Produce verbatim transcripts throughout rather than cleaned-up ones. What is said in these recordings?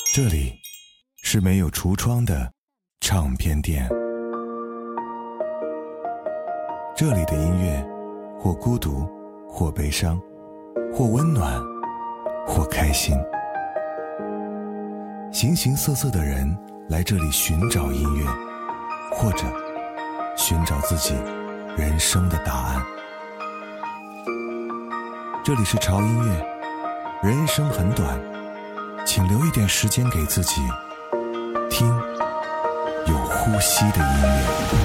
这里是没有橱窗的唱片店，这里的音乐或孤独，或悲伤，或温暖，或开心。形形色色的人来这里寻找音乐，或者寻找自己人生的答案。这里是潮音乐，人生很短，请留一点时间给自己，听有呼吸的音乐。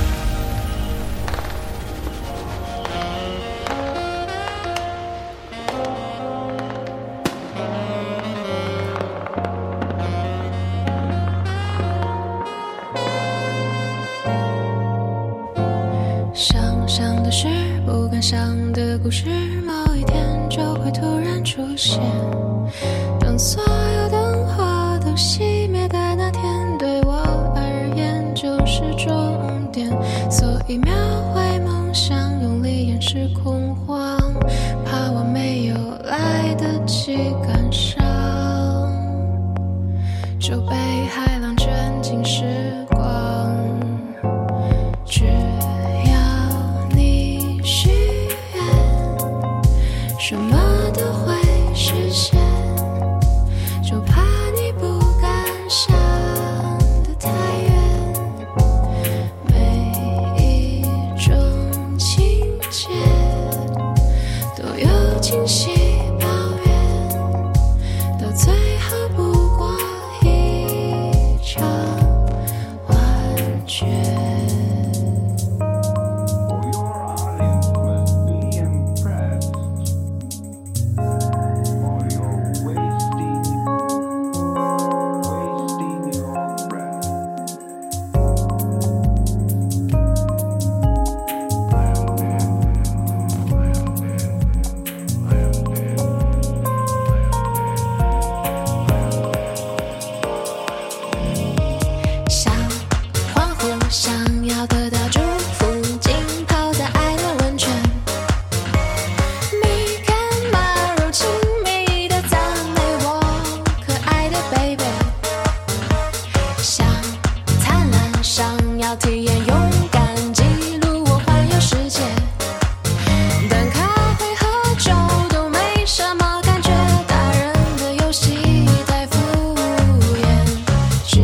想象的事，不敢想的故事，某一天就会突然出现。当所有灯火都熄灭的那天，对我而言就是终点。所以描绘梦想，用力掩饰恐慌，怕我没有来得及赶上，就被海浪卷进时光。只什么都会实现，就怕你不敢想得太远。每一种情节都有惊喜抱怨，到最后不过一场幻觉。想要得到祝福，浸泡在爱的温泉，你干嘛如亲密的赞美我可爱的 baby。 想灿烂，想要体验勇敢，记录我环游世界，但咖啡喝酒都没什么感觉，大人的游戏太敷衍，只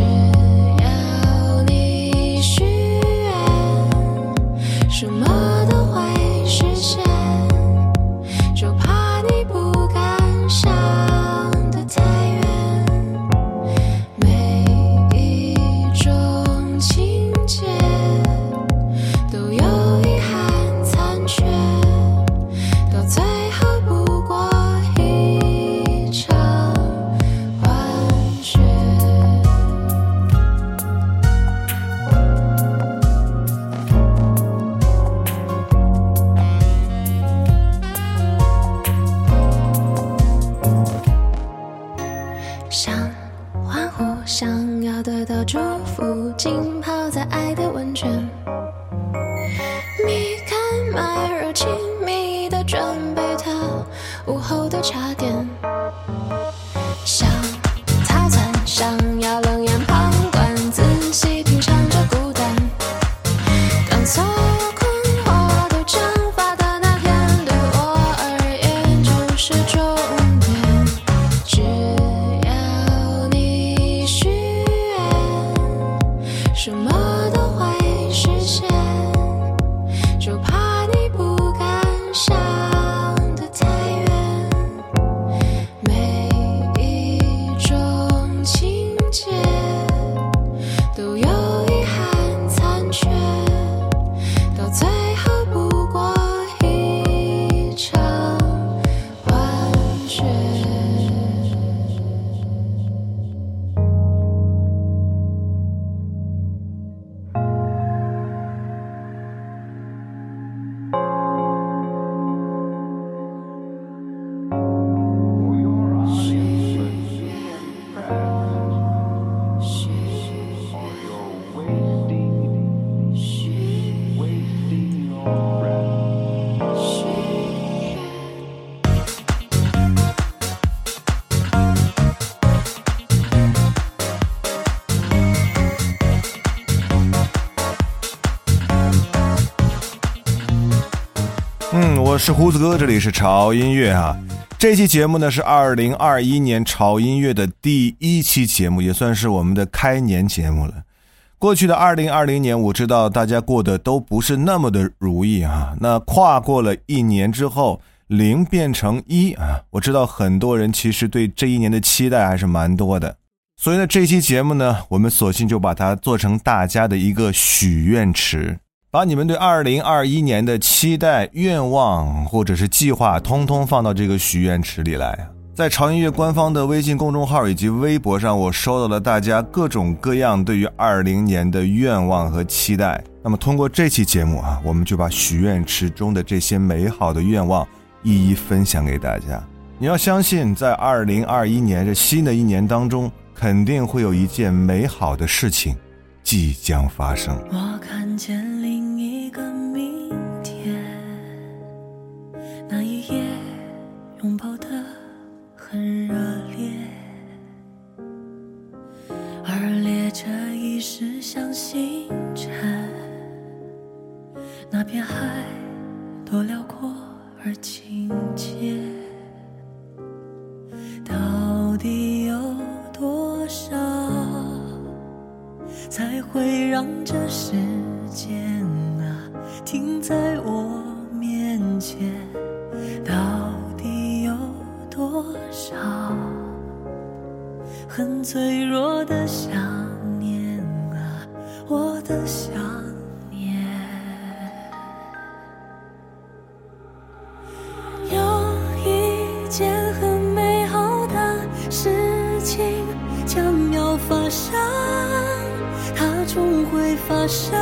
什么都会实现，就怕你不敢想得太远。每一种情节都有遗憾残缺，到最后不过一场幻觉。想欢呼，想要得到祝福，浸泡在爱的温泉，米干麦热情蜜的准备它午后的茶点。想套餐，想要冷眼旁观，仔细品尝着孤单，当所有困惑都蒸发的那天，对我而言就是终点。只什么都会实现，就怕你不敢想得太远。每是胡子哥，这里是潮音乐啊。这期节目呢是二零二一年潮音乐的第一期节目，也算是我们的开年节目了。过去的二零二零年，我知道大家过得都不是那么的如意啊。那跨过了一年之后，零变成一啊，我知道很多人其实对这一年的期待还是蛮多的。所以呢，这期节目呢，我们索性就把它做成大家的一个许愿池，把你们对二零二一年的期待、愿望或者是计划通通放到这个许愿池里来。在潮音乐官方的微信公众号以及微博上，我收到了大家各种各样对于二零年的愿望和期待。那么通过这期节目啊，我们就把许愿池中的这些美好的愿望一一分享给大家。你要相信，在二零二一年这新的一年当中，肯定会有一件美好的事情即将发生。 我看见另一个明天，那一夜拥抱得很热烈，而列车已驶向星辰，那片海多辽阔而亲切，到底有多少才会让这时间啊停在我面前？到底有多少很脆弱的想念啊，我的想念。有一件很美好的事情将要发生，它终会发生。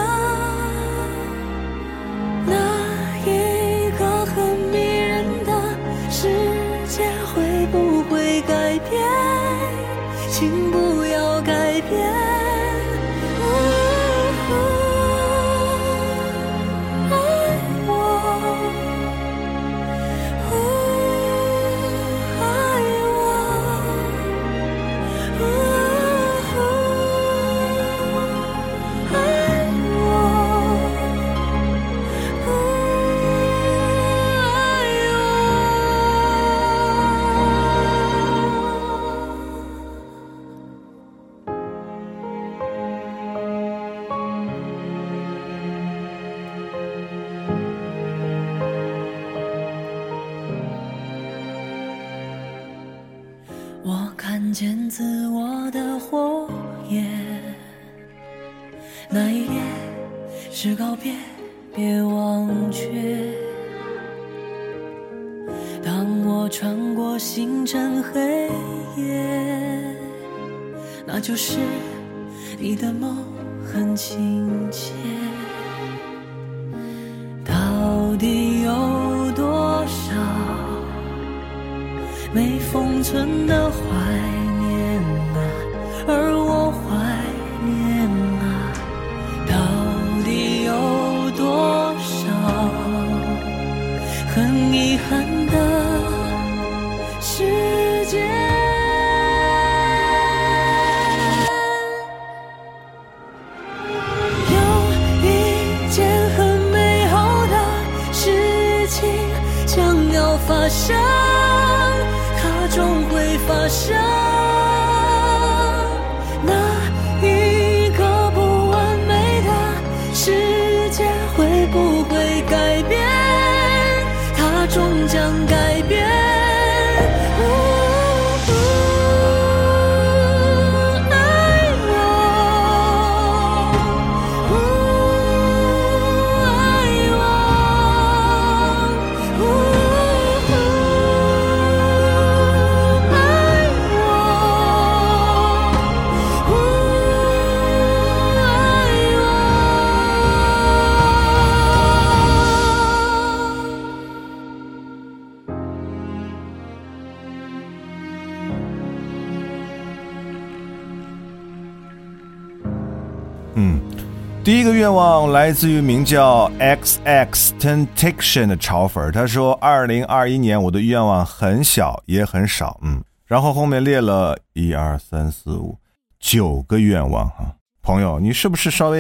那一个很迷人的世界会不会改变？请不要改变。我看见自我的火焰，那一夜是告别，别忘却。当我穿过星辰黑夜，那就是你的梦很亲切。到底有多少没封存的怀念啊，而我怀念啊，到底有多少很遗憾的时间？有一件很美好的事情将要发生，终会发生。那一个不完美的世界会不会改变？它终将改变。 嗯，第一个愿望来自于名叫 X X Temptation 的潮粉，他说二零二一年我的愿望很小也很少，嗯，然后后面列了一二三四五九个愿望哈。朋友，你是不是稍微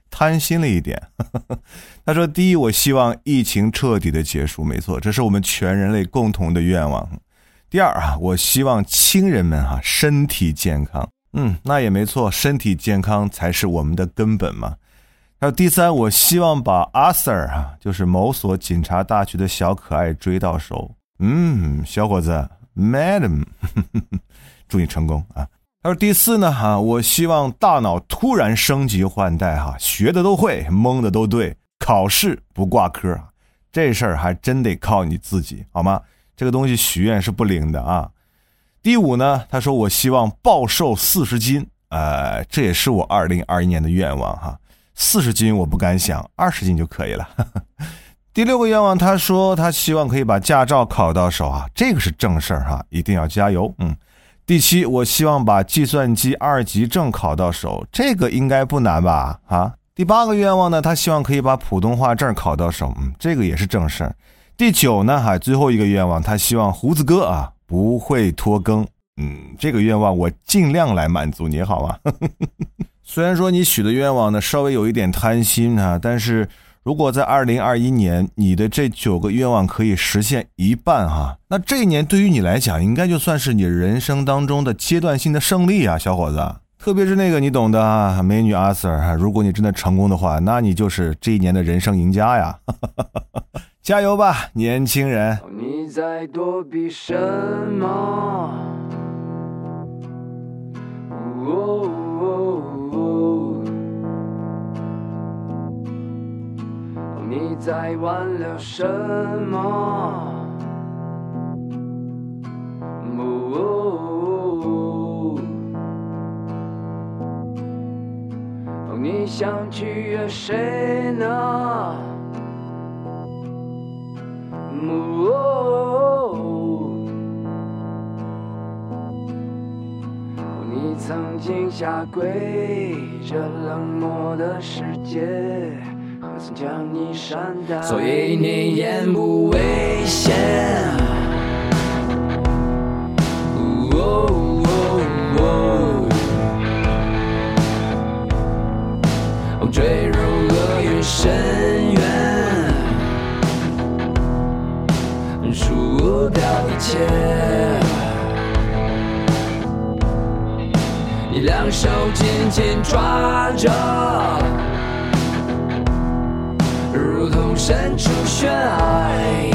贪心了一点。他说第一，我希望疫情彻底的结束，没错，这是我们全人类共同的愿望。第二啊，我希望亲人们啊身体健康。嗯，那也没错，身体健康才是我们的根本嘛。还有第三，我希望把 Arthur 啊，就是某所警察大学的小可爱追到手。嗯，小伙子 ，Madam， 祝你成功啊。还有第四呢，哈、啊，我希望大脑突然升级换代哈、啊，学的都会，蒙的都对，考试不挂科，这事儿还真得靠你自己，好吗？这个东西许愿是不灵的啊。第五呢，他说我希望暴瘦四十斤，呃，这也是我二零二一年的愿望哈。四十斤我不敢想，二十斤就可以了。第六个愿望，他说他希望可以把驾照考到手啊，这个是正事儿哈，一定要加油。嗯。第七，我希望把计算机二级证考到手，这个应该不难吧？啊。第八个愿望呢，他希望可以把普通话证考到手，嗯，这个也是正事儿。第九呢，还最后一个愿望，他希望胡子哥啊不会拖更，嗯，这个愿望我尽量来满足你，好吗？虽然说你许的愿望呢稍微有一点贪心啊，但是如果在二零二一年你的这九个愿望可以实现一半哈，那这一年对于你来讲应该就算是你人生当中的阶段性的胜利啊，小伙子。特别是那个你懂的啊，美女阿 Sir， 如果你真的成功的话，那你就是这一年的人生赢家呀。加油吧，年轻人。 你在躲避什么？哦哦哦，你在挽留什么？哦，你想取悦谁呢？哦，你曾经下跪这冷漠的世界，何曾将你善待？所以你言不危险。哦哦哦，坠入厄运深渊，输掉一切。你两手紧紧抓着，如同身处悬崖。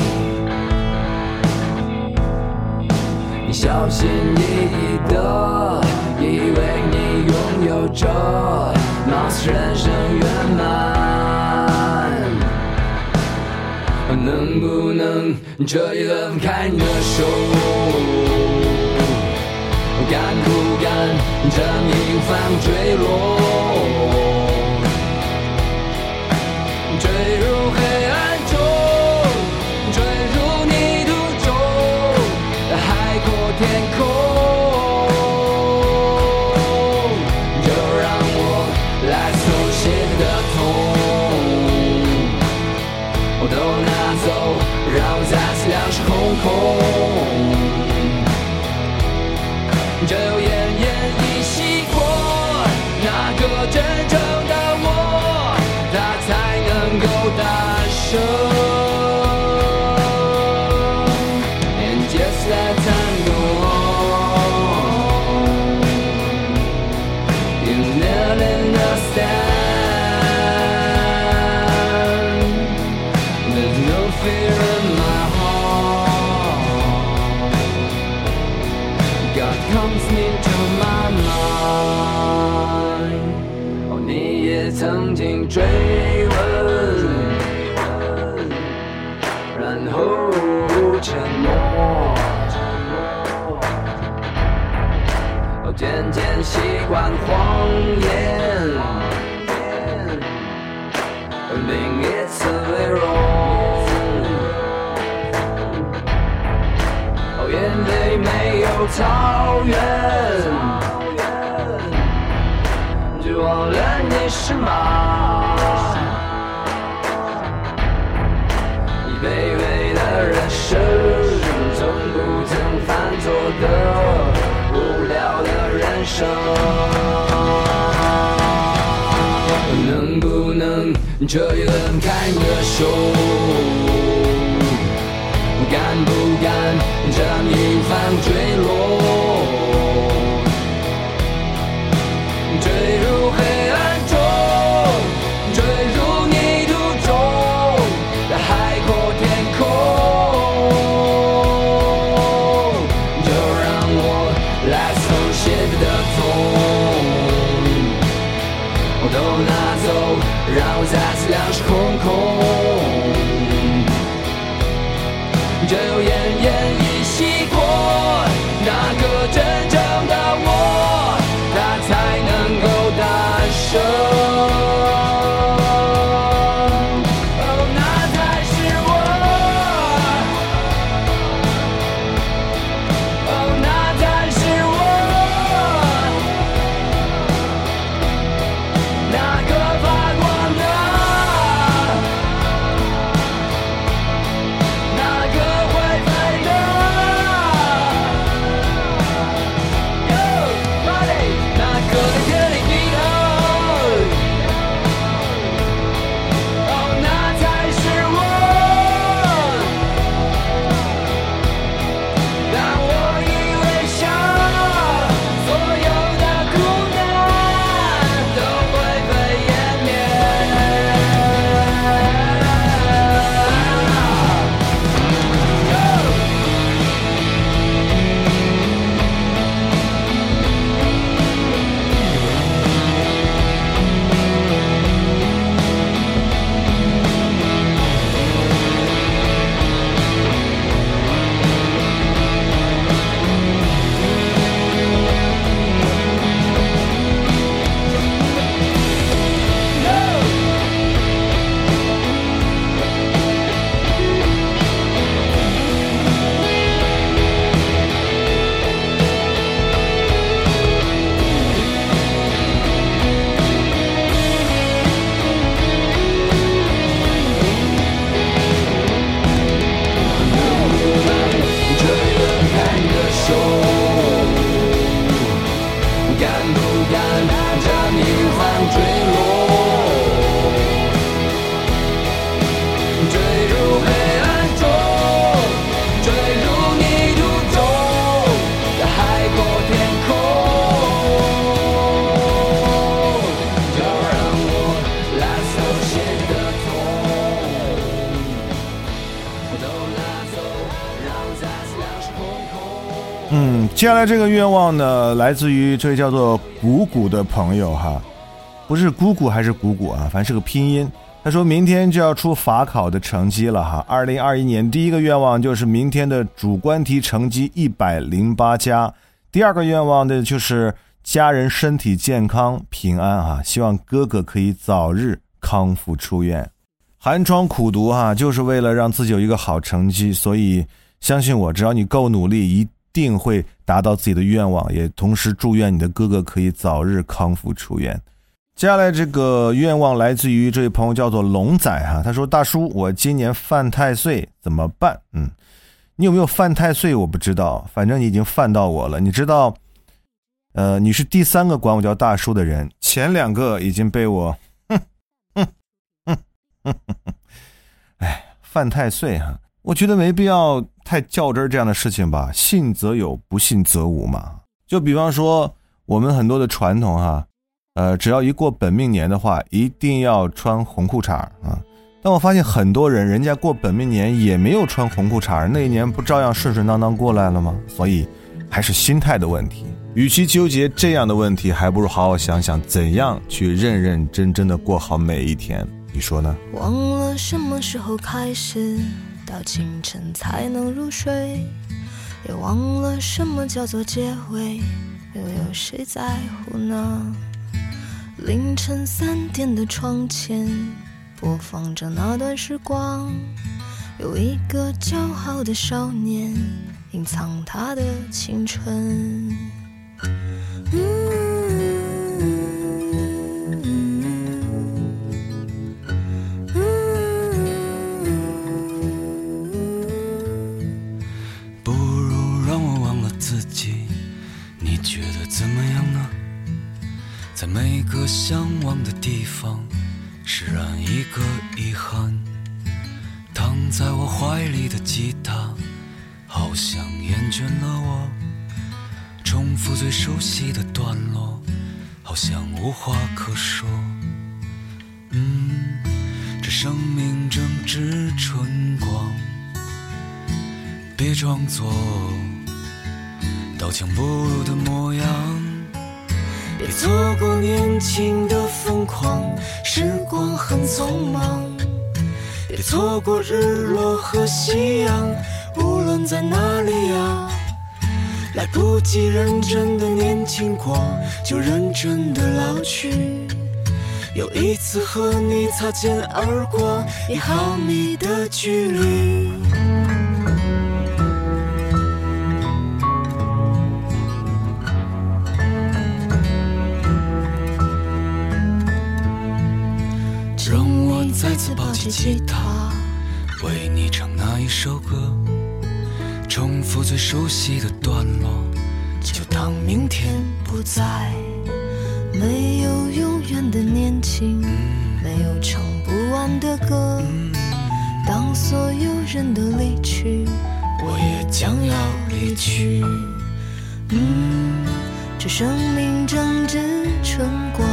你小心翼翼的，以为你拥有着貌似人生圆满，能不能彻底的放开你的手？敢不敢这命犯坠落？坠入黑暗中，坠入泥土中，海阔天空。就让我来手写的痛，我都拿走，让我再次两手空空。只有奄奄一息过，那个真正的我，他才能够诞生。And just let time go on, you never understand. There's no fear in my heart. God comes into my mind. 哦，你也曾经追问，然后沉默。哦，渐渐习惯谎言，另一次微弱。哦，眼泪没有草原，只忘了你是马。你卑微的人生，从不曾犯错的无聊的人生，能不这一轮看个手，敢不敢让一方坠落？坠入黑暗中，坠入泥土中，海阔天空。就让我来从写的痛都拿走，让我再次两手空空。只有奄奄一息过，那个真正的我，他才能够诞生。哦，那才是我。哦，那才是我。那个发光的，那个会飞的。Yo, buddy， 那个的天里低头。哦，那才是我。当我一微笑，所有的苦难都灰飞烟灭。这一轮看个手，敢不敢让一方坠落？坠入黑暗中，坠入泥土中，海阔天空。就让我来手写的痛都拿走，让我再次两手空空。 嗯，接下来这个愿望呢，来自于这位叫做谷谷的朋友哈，不是姑姑还是谷谷啊，反正是个拼音。他说明天就要出法考的成绩了哈，二零二一年第一个愿望就是明天的主观题成绩一百零八加，第二个愿望的就是家人身体健康平安哈，希望哥哥可以早日康复出院。寒窗苦读哈，就是为了让自己有一个好成绩，所以相信我，只要你够努力，一定会达到自己的愿望，也同时祝愿你的哥哥可以早日康复出院。接下来这个愿望来自于这位朋友叫做龙仔哈，他说大叔，我今年犯太岁怎么办？嗯，你有没有犯太岁我不知道，反正你已经犯到我了。你知道呃，你是第三个管我叫大叔的人，前两个已经被我哼哼哼哼哼哎，犯太岁哈，我觉得没必要太较真这样的事情吧，信则有，不信则无嘛。就比方说我们很多的传统哈，呃，只要一过本命年的话，一定要穿红裤衩啊。但我发现很多人，人家过本命年也没有穿红裤衩，那一年不照样顺顺当当过来了吗？所以还是心态的问题。与其纠结这样的问题，还不如好好想想怎样去认认真真的过好每一天。你说呢？ 忘了什么时候开始，到清晨才能入睡，也忘了什么叫做结尾，又有谁在乎呢？凌晨三点的窗前播放着那段时光，有一个骄傲的少年隐藏他的青春。 不如让我忘了自己，你觉得怎么样呢？在每个向往的地方释然一个遗憾，躺在我怀里的吉他好像厌倦了我，重复最熟悉的段落，好像无话可说。嗯，这生命正值春光，别装作刀枪不入的模样， 别错过年轻的疯狂，时光很匆忙。别错过日落和夕阳，无论在哪里啊，来不及认真的年轻过，就认真的老去。有一次和你擦肩而过，一毫米的距离。 让我再次抱起吉他，为你唱那一首歌，重复最熟悉的段落，就当明天不在。没有永远的年轻，没有唱不完的歌。当所有人都离去，我也将要离去。嗯，这生命正值春光，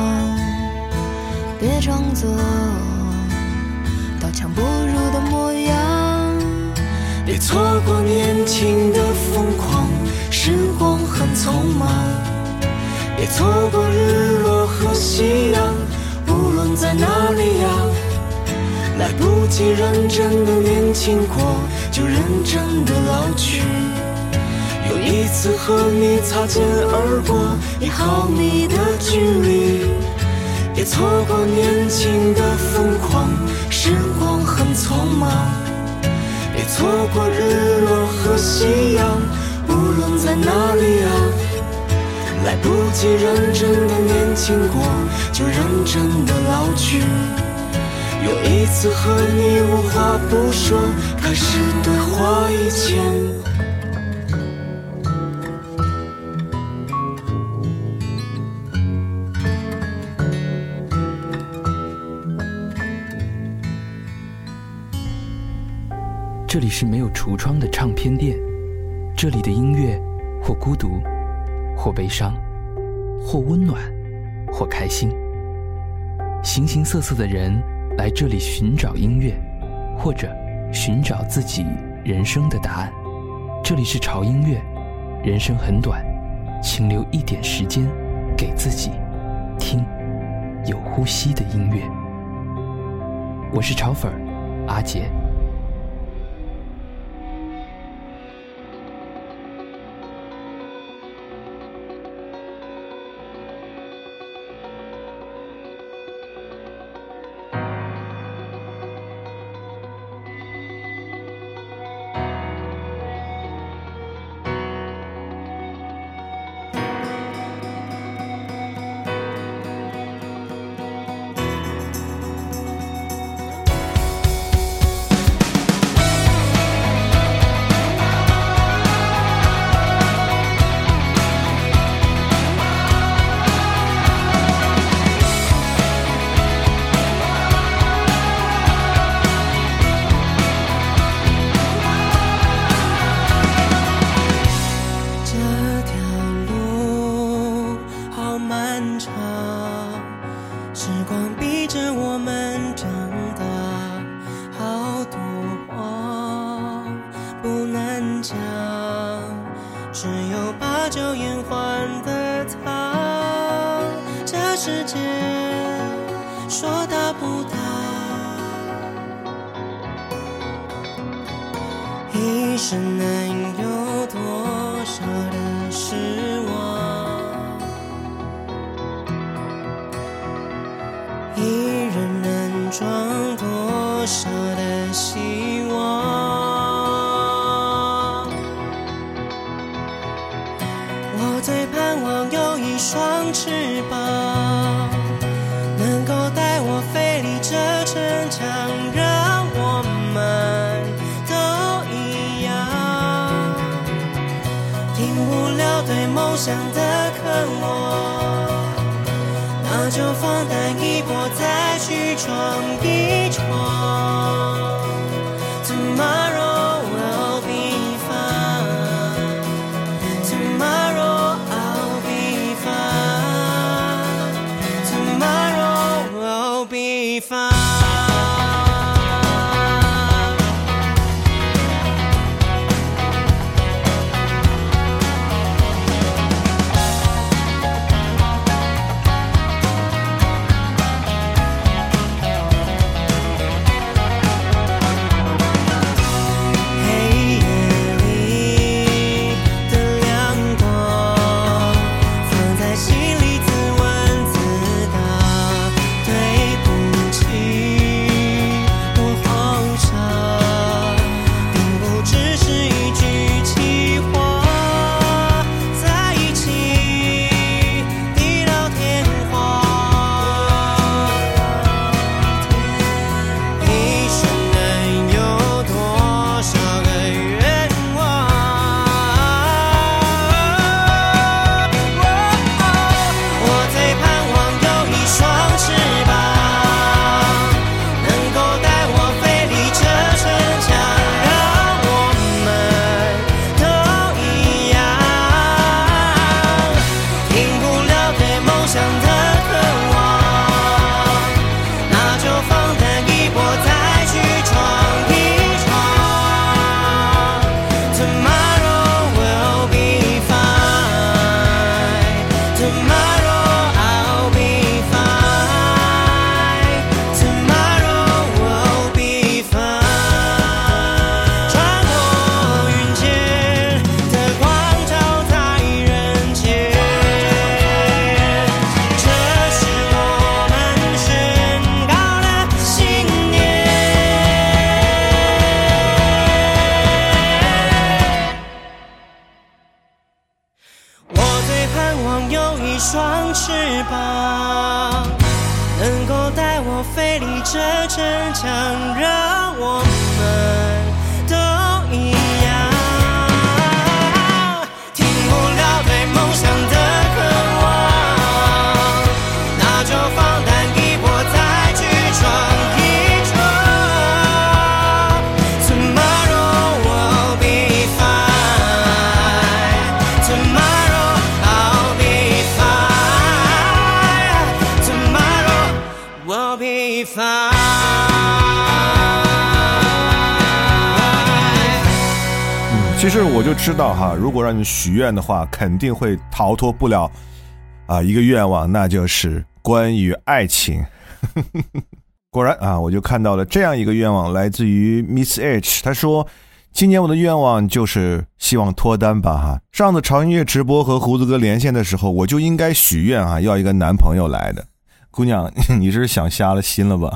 别装作刀枪不入的模样。别错过年轻的疯狂，时光很匆忙。别错过日落和夕阳，无论在哪里啊，来不及认真的年轻过，就认真的老去。有一次和你擦肩而过，一毫米的距离。别错过年轻的疯狂，时光很匆忙。别错过日落和夕阳，无论在哪里啊，来不及认真的年轻过，就认真的老去。有一次和你无话不说，开始对话以前。 这里是没有橱窗的唱片店，这里的音乐或孤独，或悲伤，或温暖，或开心。形形色色的人来这里寻找音乐，或者寻找自己人生的答案。这里是潮音乐，人生很短，请留一点时间给自己，听有呼吸的音乐。我是潮粉阿杰。 一生能有多少的失望，一人能装多少的希望。我最盼望有一双翅膀，能够带我飞离这城墙，让我们都一样，停不了对梦想的渴望，哪那就放胆一搏，再去闯一闯。Tomorrow will be fine. Tomorrow I'll be fine. Tomorrow will be fine.双翅膀能够带我飞离这城墙，让我们都一样，停不了对梦想的渴望，那就放胆一搏，再去闯一闯。 Tomorrow will be fine. Tomorrow I'll be fine. Tomorrow will be fine. 其实我就知道哈，如果让你许愿的话，肯定会逃脱不了啊一个愿望，那就是关于爱情。果然啊，我就看到了这样一个愿望，来自于 Miss H， 他说：“今年我的愿望就是希望脱单吧哈。上次潮音乐直播和胡子哥连线的时候，我就应该许愿啊，要一个男朋友来的。姑娘，你是想瞎了心了吧？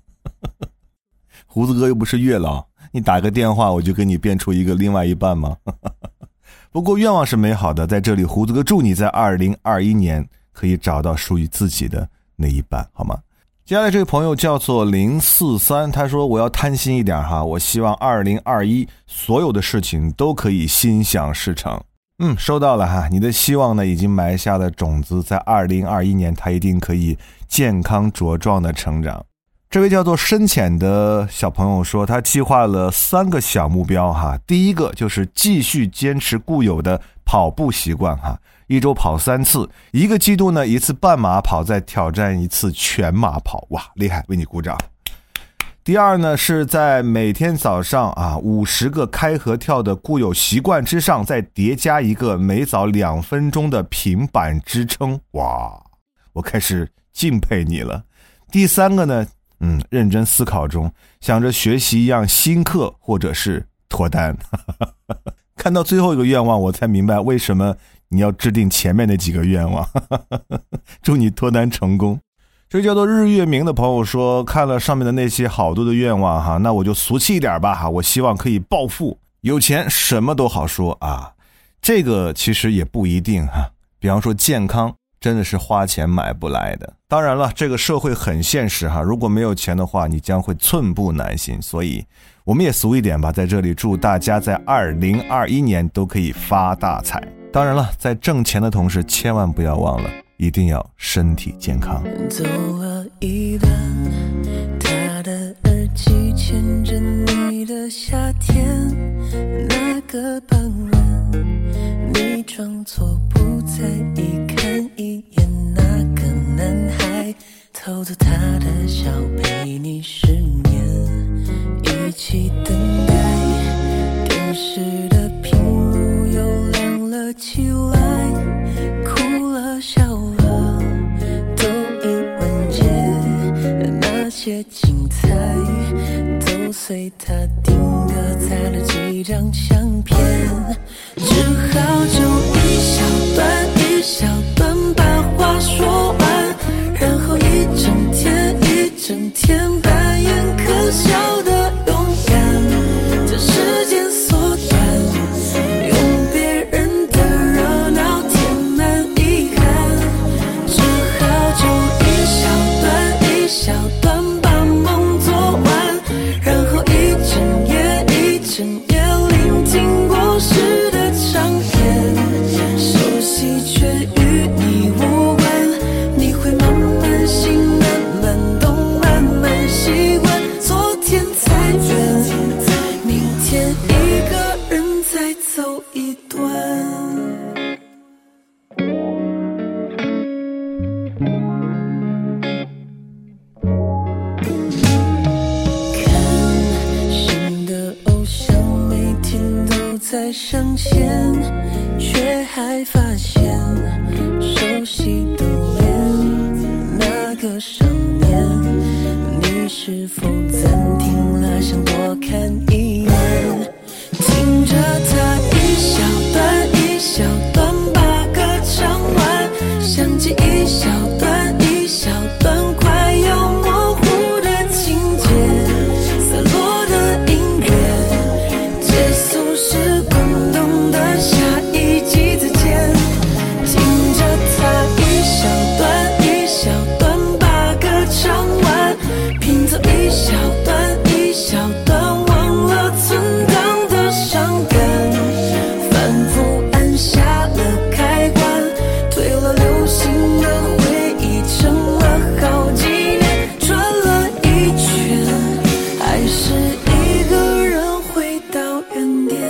胡子哥又不是月老。”你打个电话我就给你变出一个另外一半吗？不过愿望是美好的，在这里胡子哥祝你在二零二一年可以找到属于自己的那一半，好吗？接下来这位朋友叫做零四三，他说我要贪心一点哈，我希望二零二一所有的事情都可以心想事成。嗯，收到了哈，你的希望呢已经埋下了种子，在二零二一年它一定可以健康茁壮的成长。这位叫做深浅的小朋友说，他计划了三个小目标哈。第一个就是继续坚持固有的跑步习惯哈，一周跑三次，一个季度呢一次半马跑，再挑战一次全马跑，哇，厉害，为你鼓掌。第二呢，是在每天早上啊五十个开合跳的固有习惯之上，再叠加一个每早两分钟的平板支撑，哇，我开始敬佩你了。第三个呢，嗯，认真思考中，想着学习一样新课或者是脱单。看到最后一个愿望，我才明白为什么你要制定前面那几个愿望。祝你脱单成功。这叫做日月明的朋友说，看了上面的那些好多的愿望哈，那我就俗气一点吧哈，我希望可以暴富，有钱什么都好说啊。这个其实也不一定哈，比方说健康真的是花钱买不来的。当然了，这个社会很现实哈，如果没有钱的话，你将会寸步难行。所以我们也俗一点吧，在这里祝大家在二零二一年都可以发大财。当然了，在挣钱的同时，千万不要忘了一定要身体健康。 走了一段他的耳机牵着你的夏天，那个傍晚你装作不在意，看一眼那个男孩偷走他的笑陪你失眠，一起等待电视的屏幕又亮了起来，哭了笑了都已完结，那些精彩都随他定格在了几张相片，只好就一小段一小段把话说完，然后一整天一整天扮演可笑的勇敢，这时间缩短，用别人的热闹填满遗憾，只好就一小段一小段把梦做完，然后一整夜一整夜聆听过时的唱片，熟悉却与你无关，你会慢慢醒慢慢懂慢慢习惯，昨天才远，明天一个人再走一段。在上线，却还发现熟悉的脸，那个少年，你是否暂停了，想多看一眼？听着他一小段一小段把歌唱完，想起一小段一小段快要模糊的情节，散落的音乐，结束时滚动的下一集再见，听着他一小段一小段把歌唱完，拼凑一小段一小段忘了存档的伤感，反复按下了开关，推了流行的回忆成了好几年，转了一圈还是一个人回到原点。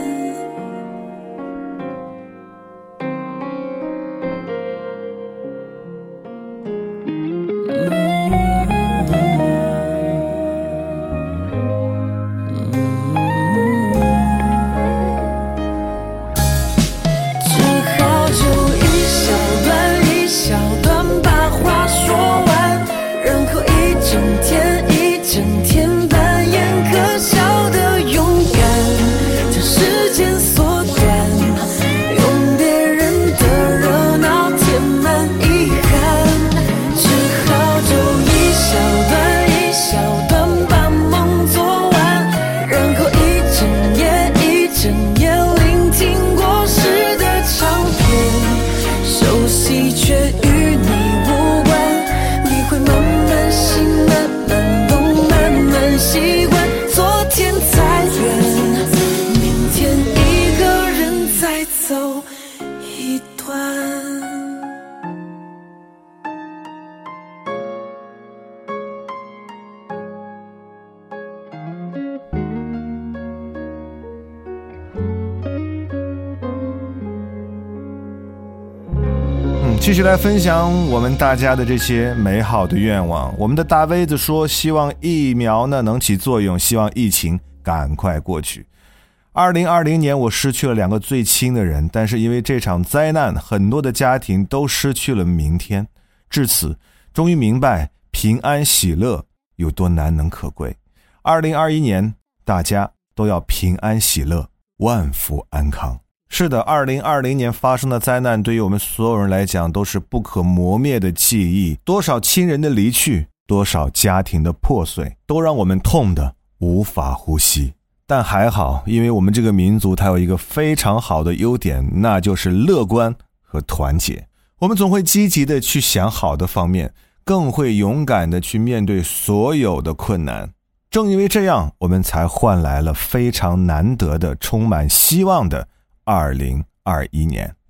继续来分享我们大家的这些美好的愿望。我们的大 V 子说，希望疫苗呢能起作用，希望疫情赶快过去。二零二零年我失去了两个最亲的人，但是因为这场灾难，很多的家庭都失去了明天。至此，终于明白平安喜乐有多难能可贵。二零二一年，大家都要平安喜乐，万福安康。是的，二零二零年发生的灾难对于我们所有人来讲都是不可磨灭的记忆，多少亲人的离去，多少家庭的破碎，都让我们痛得无法呼吸。但还好，因为我们这个民族它有一个非常好的优点，那就是乐观和团结。我们总会积极的去想好的方面，更会勇敢的去面对所有的困难。正因为这样，我们才换来了非常难得的充满希望的二零二一年。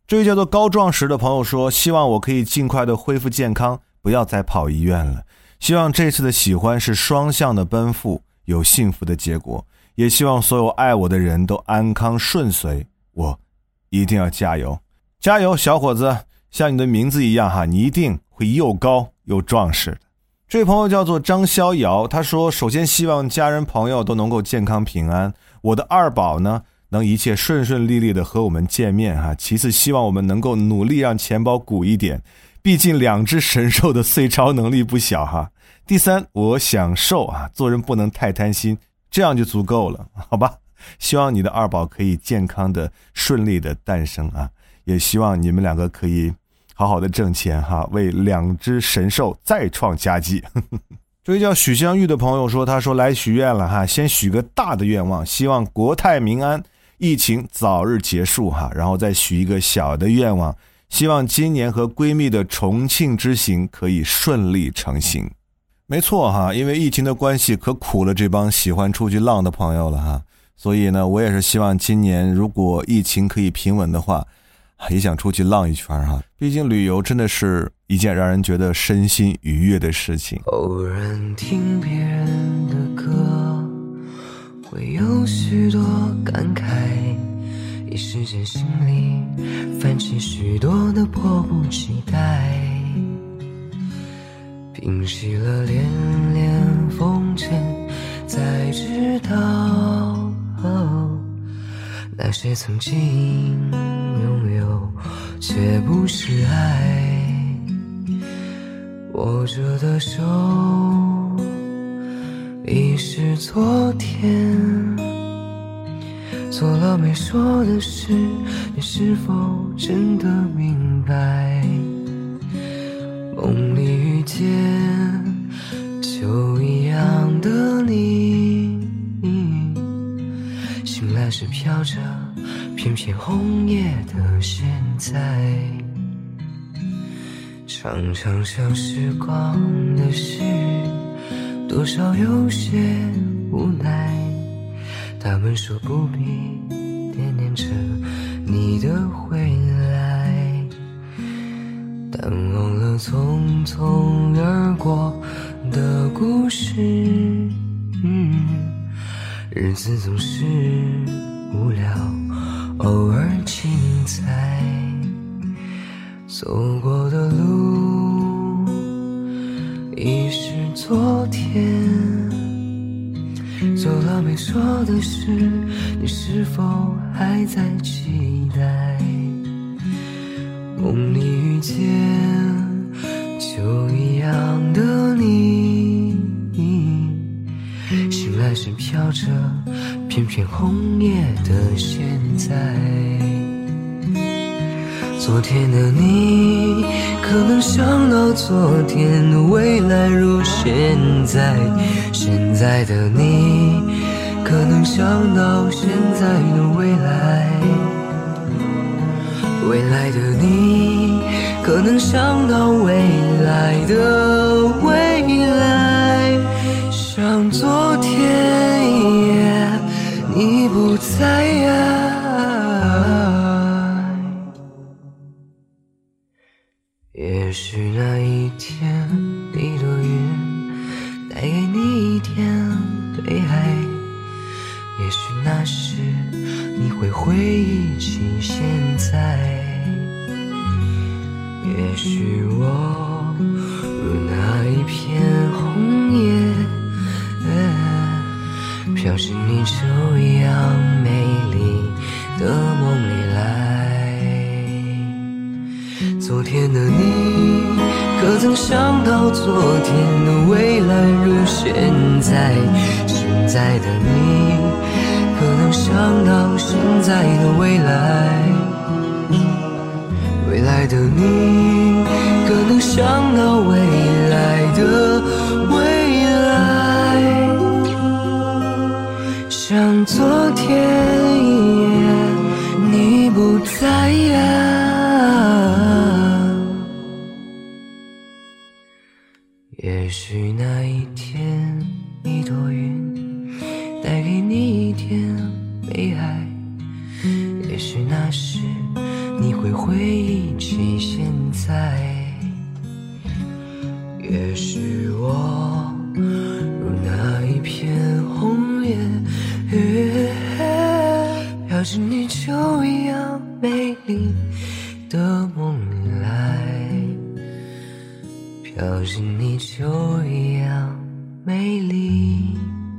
这位叫做高壮石的朋友说，希望我可以尽快的恢复健康，不要再跑医院了。希望这次的喜欢是双向的奔赴，有幸福的结果，也希望所有爱我的人都安康顺遂。我一定要加油，加油小伙子，像你的名字一样哈，你一定会又高又壮实的。这位朋友叫做张逍遥，他说，首先希望家人朋友都能够健康平安，我的二宝呢能一切顺顺利利的和我们见面哈。其次希望我们能够努力让钱包鼓一点，毕竟两只神兽的碎钞能力不小哈。第三，我享受啊，做人不能太贪心，这样就足够了，好吧？希望你的二宝可以健康的顺利的诞生啊，也希望你们两个可以好好的挣钱哈，为两只神兽再创佳绩。这位叫许香玉的朋友说，他说来许愿了哈，先许个大的愿望，希望国泰民安，疫情早日结束哈，然后再许一个小的愿望，希望今年和闺蜜的重庆之行可以顺利成行。没错哈，因为疫情的关系可苦了这帮喜欢出去浪的朋友了哈，所以呢，我也是希望今年如果疫情可以平稳的话，也想出去浪一圈哈。毕竟旅游真的是一件让人觉得身心愉悦的事情。 偶然听别人的歌，会有许多感慨，一时间心里泛起许多的迫不及待，平息了连连风尘，才知道、哦、那些曾经拥有却不是爱，握着的手已是昨天，做了没说的事，你是否真的明白？梦里遇见就一样的你，醒来时飘着片片红叶的现在，常常想时光的事，多少有些无奈，他们说不必惦念着你的回来，但忘了匆匆而过的故事、嗯、日子总是无聊，偶尔精彩，走过的路已是昨天，做了没说的事，你是否还在期待？梦里遇见就一样的你，醒来时飘着片片红叶的现在，昨天的你可能想到昨天的未来如现在，现在的你可能想到现在的未来，未来的你可能想到未来的未来，像昨天一样你不在啊，也许那一天一朵云带给你一点悲哀，也许那时你会回忆起现在，也许我如那一片红叶、呃、飘进你这样美丽的梦里来，昨天的你可曾想到昨天的未来如现在，现在的你可能想到现在的未来，未来的你可能想到未来的未来，像昨天一样你不在啊，也许那一天一朵云带给你一点悲哀，也许那时你会会回忆起现在，也许我如那一片红叶，飘进你就一样美丽的梦来，飘进你就一样美丽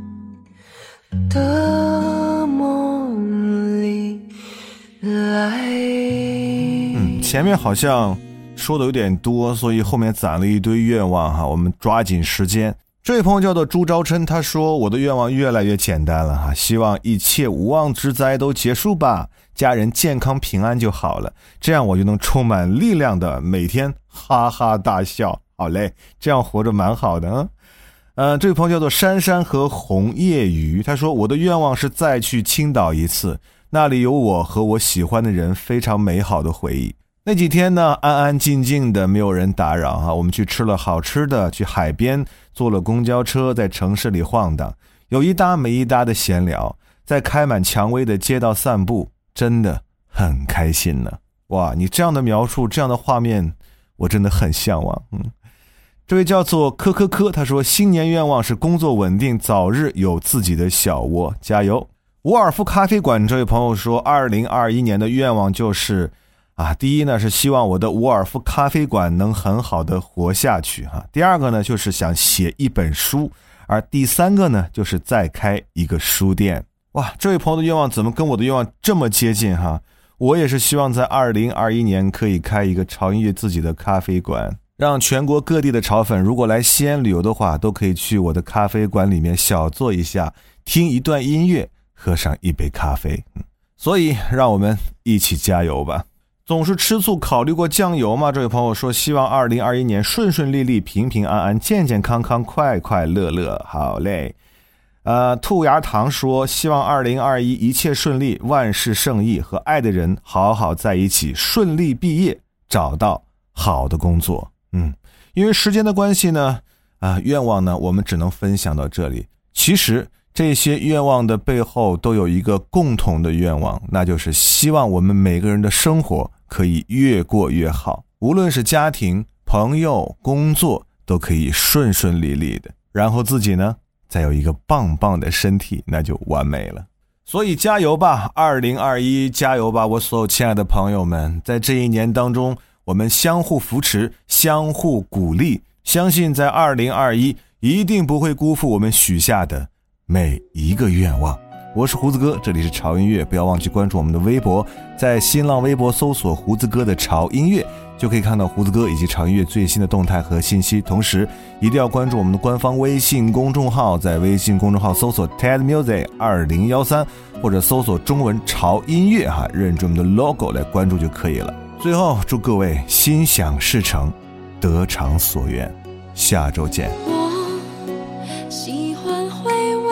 的梦里来。 嗯，前面好像说的有点多，所以后面攒了一堆愿望哈，我们抓紧时间。这位朋友叫做朱昭琛，他说我的愿望越来越简单了哈，希望一切无妄之灾都结束吧，家人健康平安就好了，这样我就能充满力量的每天哈哈大笑。好嘞，这样活着蛮好的啊。呃，这位朋友叫做珊珊和红叶鱼，他说我的愿望是再去青岛一次，那里有我和我喜欢的人非常美好的回忆。那几天呢，安安静静的，没有人打扰啊。我们去吃了好吃的，去海边坐了公交车，在城市里晃荡，有一搭没一搭的闲聊，在开满蔷薇的街道散步，真的很开心呢。哇，你这样的描述，这样的画面，我真的很向往。嗯，这位叫做科科科，他说新年愿望是工作稳定，早日有自己的小窝，加油。伍尔夫咖啡馆这位朋友说，二零二一年的愿望就是啊，第一呢是希望我的伍尔夫咖啡馆能很好的活下去哈。第二个呢就是想写一本书，而第三个呢就是再开一个书店。哇，这位朋友的愿望怎么跟我的愿望这么接近哈？我也是希望在二零二一年可以开一个潮音乐自己的咖啡馆，让全国各地的潮粉如果来西安旅游的话，都可以去我的咖啡馆里面小坐一下，听一段音乐，喝上一杯咖啡。所以让我们一起加油吧。总是吃醋考虑过酱油吗？这位朋友说希望二零二一年顺顺利利，平平安安，健健康康，快快乐乐。好嘞。呃，兔牙糖说希望二零二一一切顺利，万事胜意，和爱的人好好在一起，顺利毕业，找到好的工作。嗯，因为时间的关系呢，啊、呃，愿望呢我们只能分享到这里。其实这些愿望的背后都有一个共同的愿望，那就是希望我们每个人的生活可以越过越好，无论是家庭、朋友、工作都可以顺顺利利的，然后自己呢再有一个棒棒的身体，那就完美了。所以加油吧二零二一，加油吧我所有亲爱的朋友们，在这一年当中我们相互扶持，相互鼓励，相信在二零二一一定不会辜负我们许下的每一个愿望。我是胡子哥，这里是潮音乐，不要忘记关注我们的微博，在新浪微博搜索胡子哥的潮音乐，就可以看到胡子哥以及潮音乐最新的动态和信息。同时一定要关注我们的官方微信公众号，在微信公众号搜索 Ted Music 二零一三，或者搜索中文潮音乐哈，认准我们的 logo 来关注就可以了。最后祝各位心想事成，得偿所愿，下周见。 我喜欢回味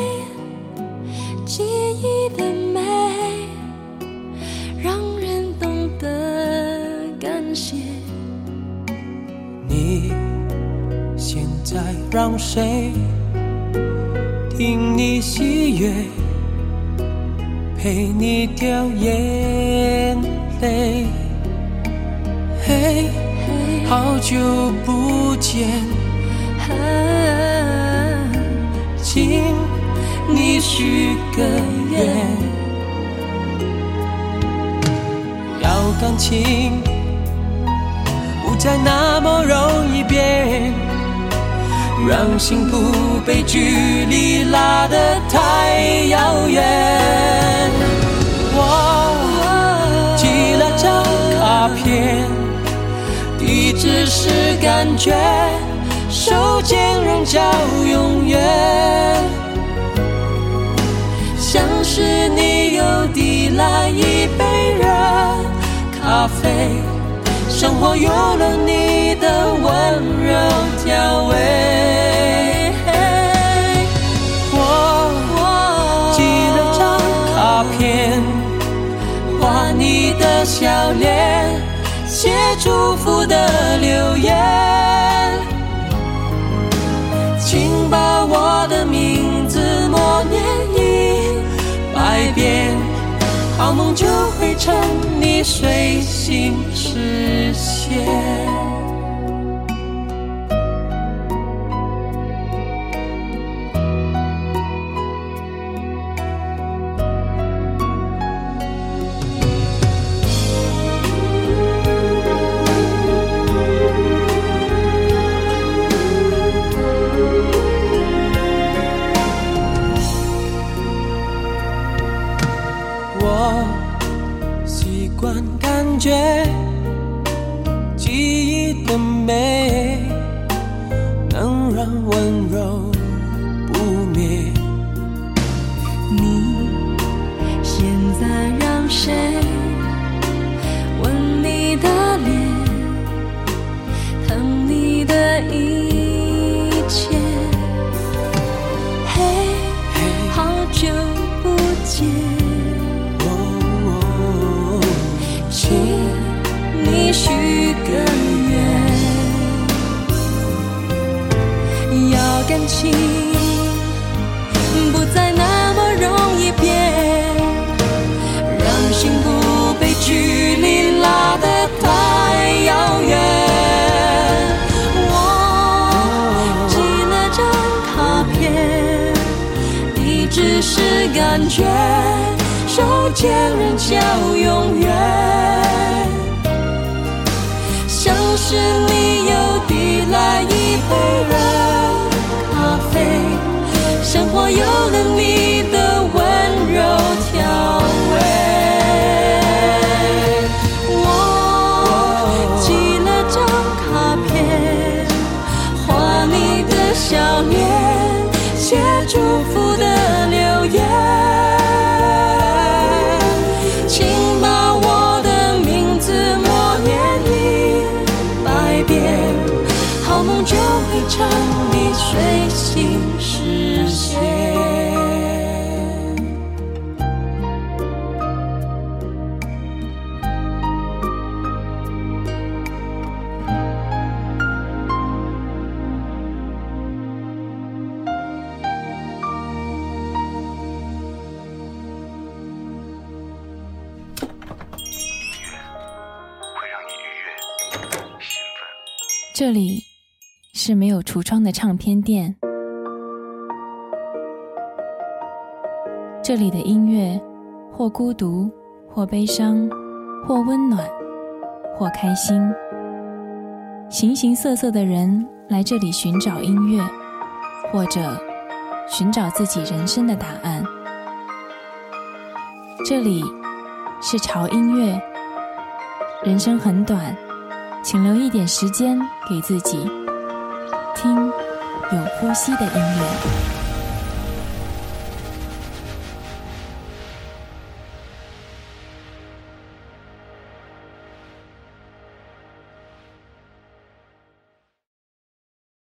记忆的美，让人懂得感谢。 你现在让谁听你喜悦，陪你掉眼泪？嘿，好久不见，请你许个愿，要感情不再那么容易变，让幸福被距离拉得太遥远。我寄了张卡片，地址是感觉，手间仍叫永远，像是你又递来一杯热咖啡，生活有了你的温柔调味。我寄了张卡片，画你的笑脸，写祝福的留言，请把我的名字默念一百遍，好梦就会成你你随心实现。我习惯感觉记忆的美能让温柔不灭。 你现在让谁吻你的脸，疼你的一切？嘿，好久不见，请你许个愿，要感情不再那么容易变，让幸福被距离拉得太遥远。我寄了张卡片，你只是感觉手牵人叫永远，像是你又递来一杯热咖啡，生活有了你的温柔调味。我寄了张卡片，画你的笑脸，写祝福的留言，请把我的名字默念一百遍，好梦就会朝你随心实现。 这里是没有橱窗的唱片店，这里的音乐或孤独，或悲伤，或温暖，或开心。形形色色的人来这里寻找音乐，或者寻找自己人生的答案。这里是潮音乐，人生很短，请留一点时间给自己，听有呼吸的音乐。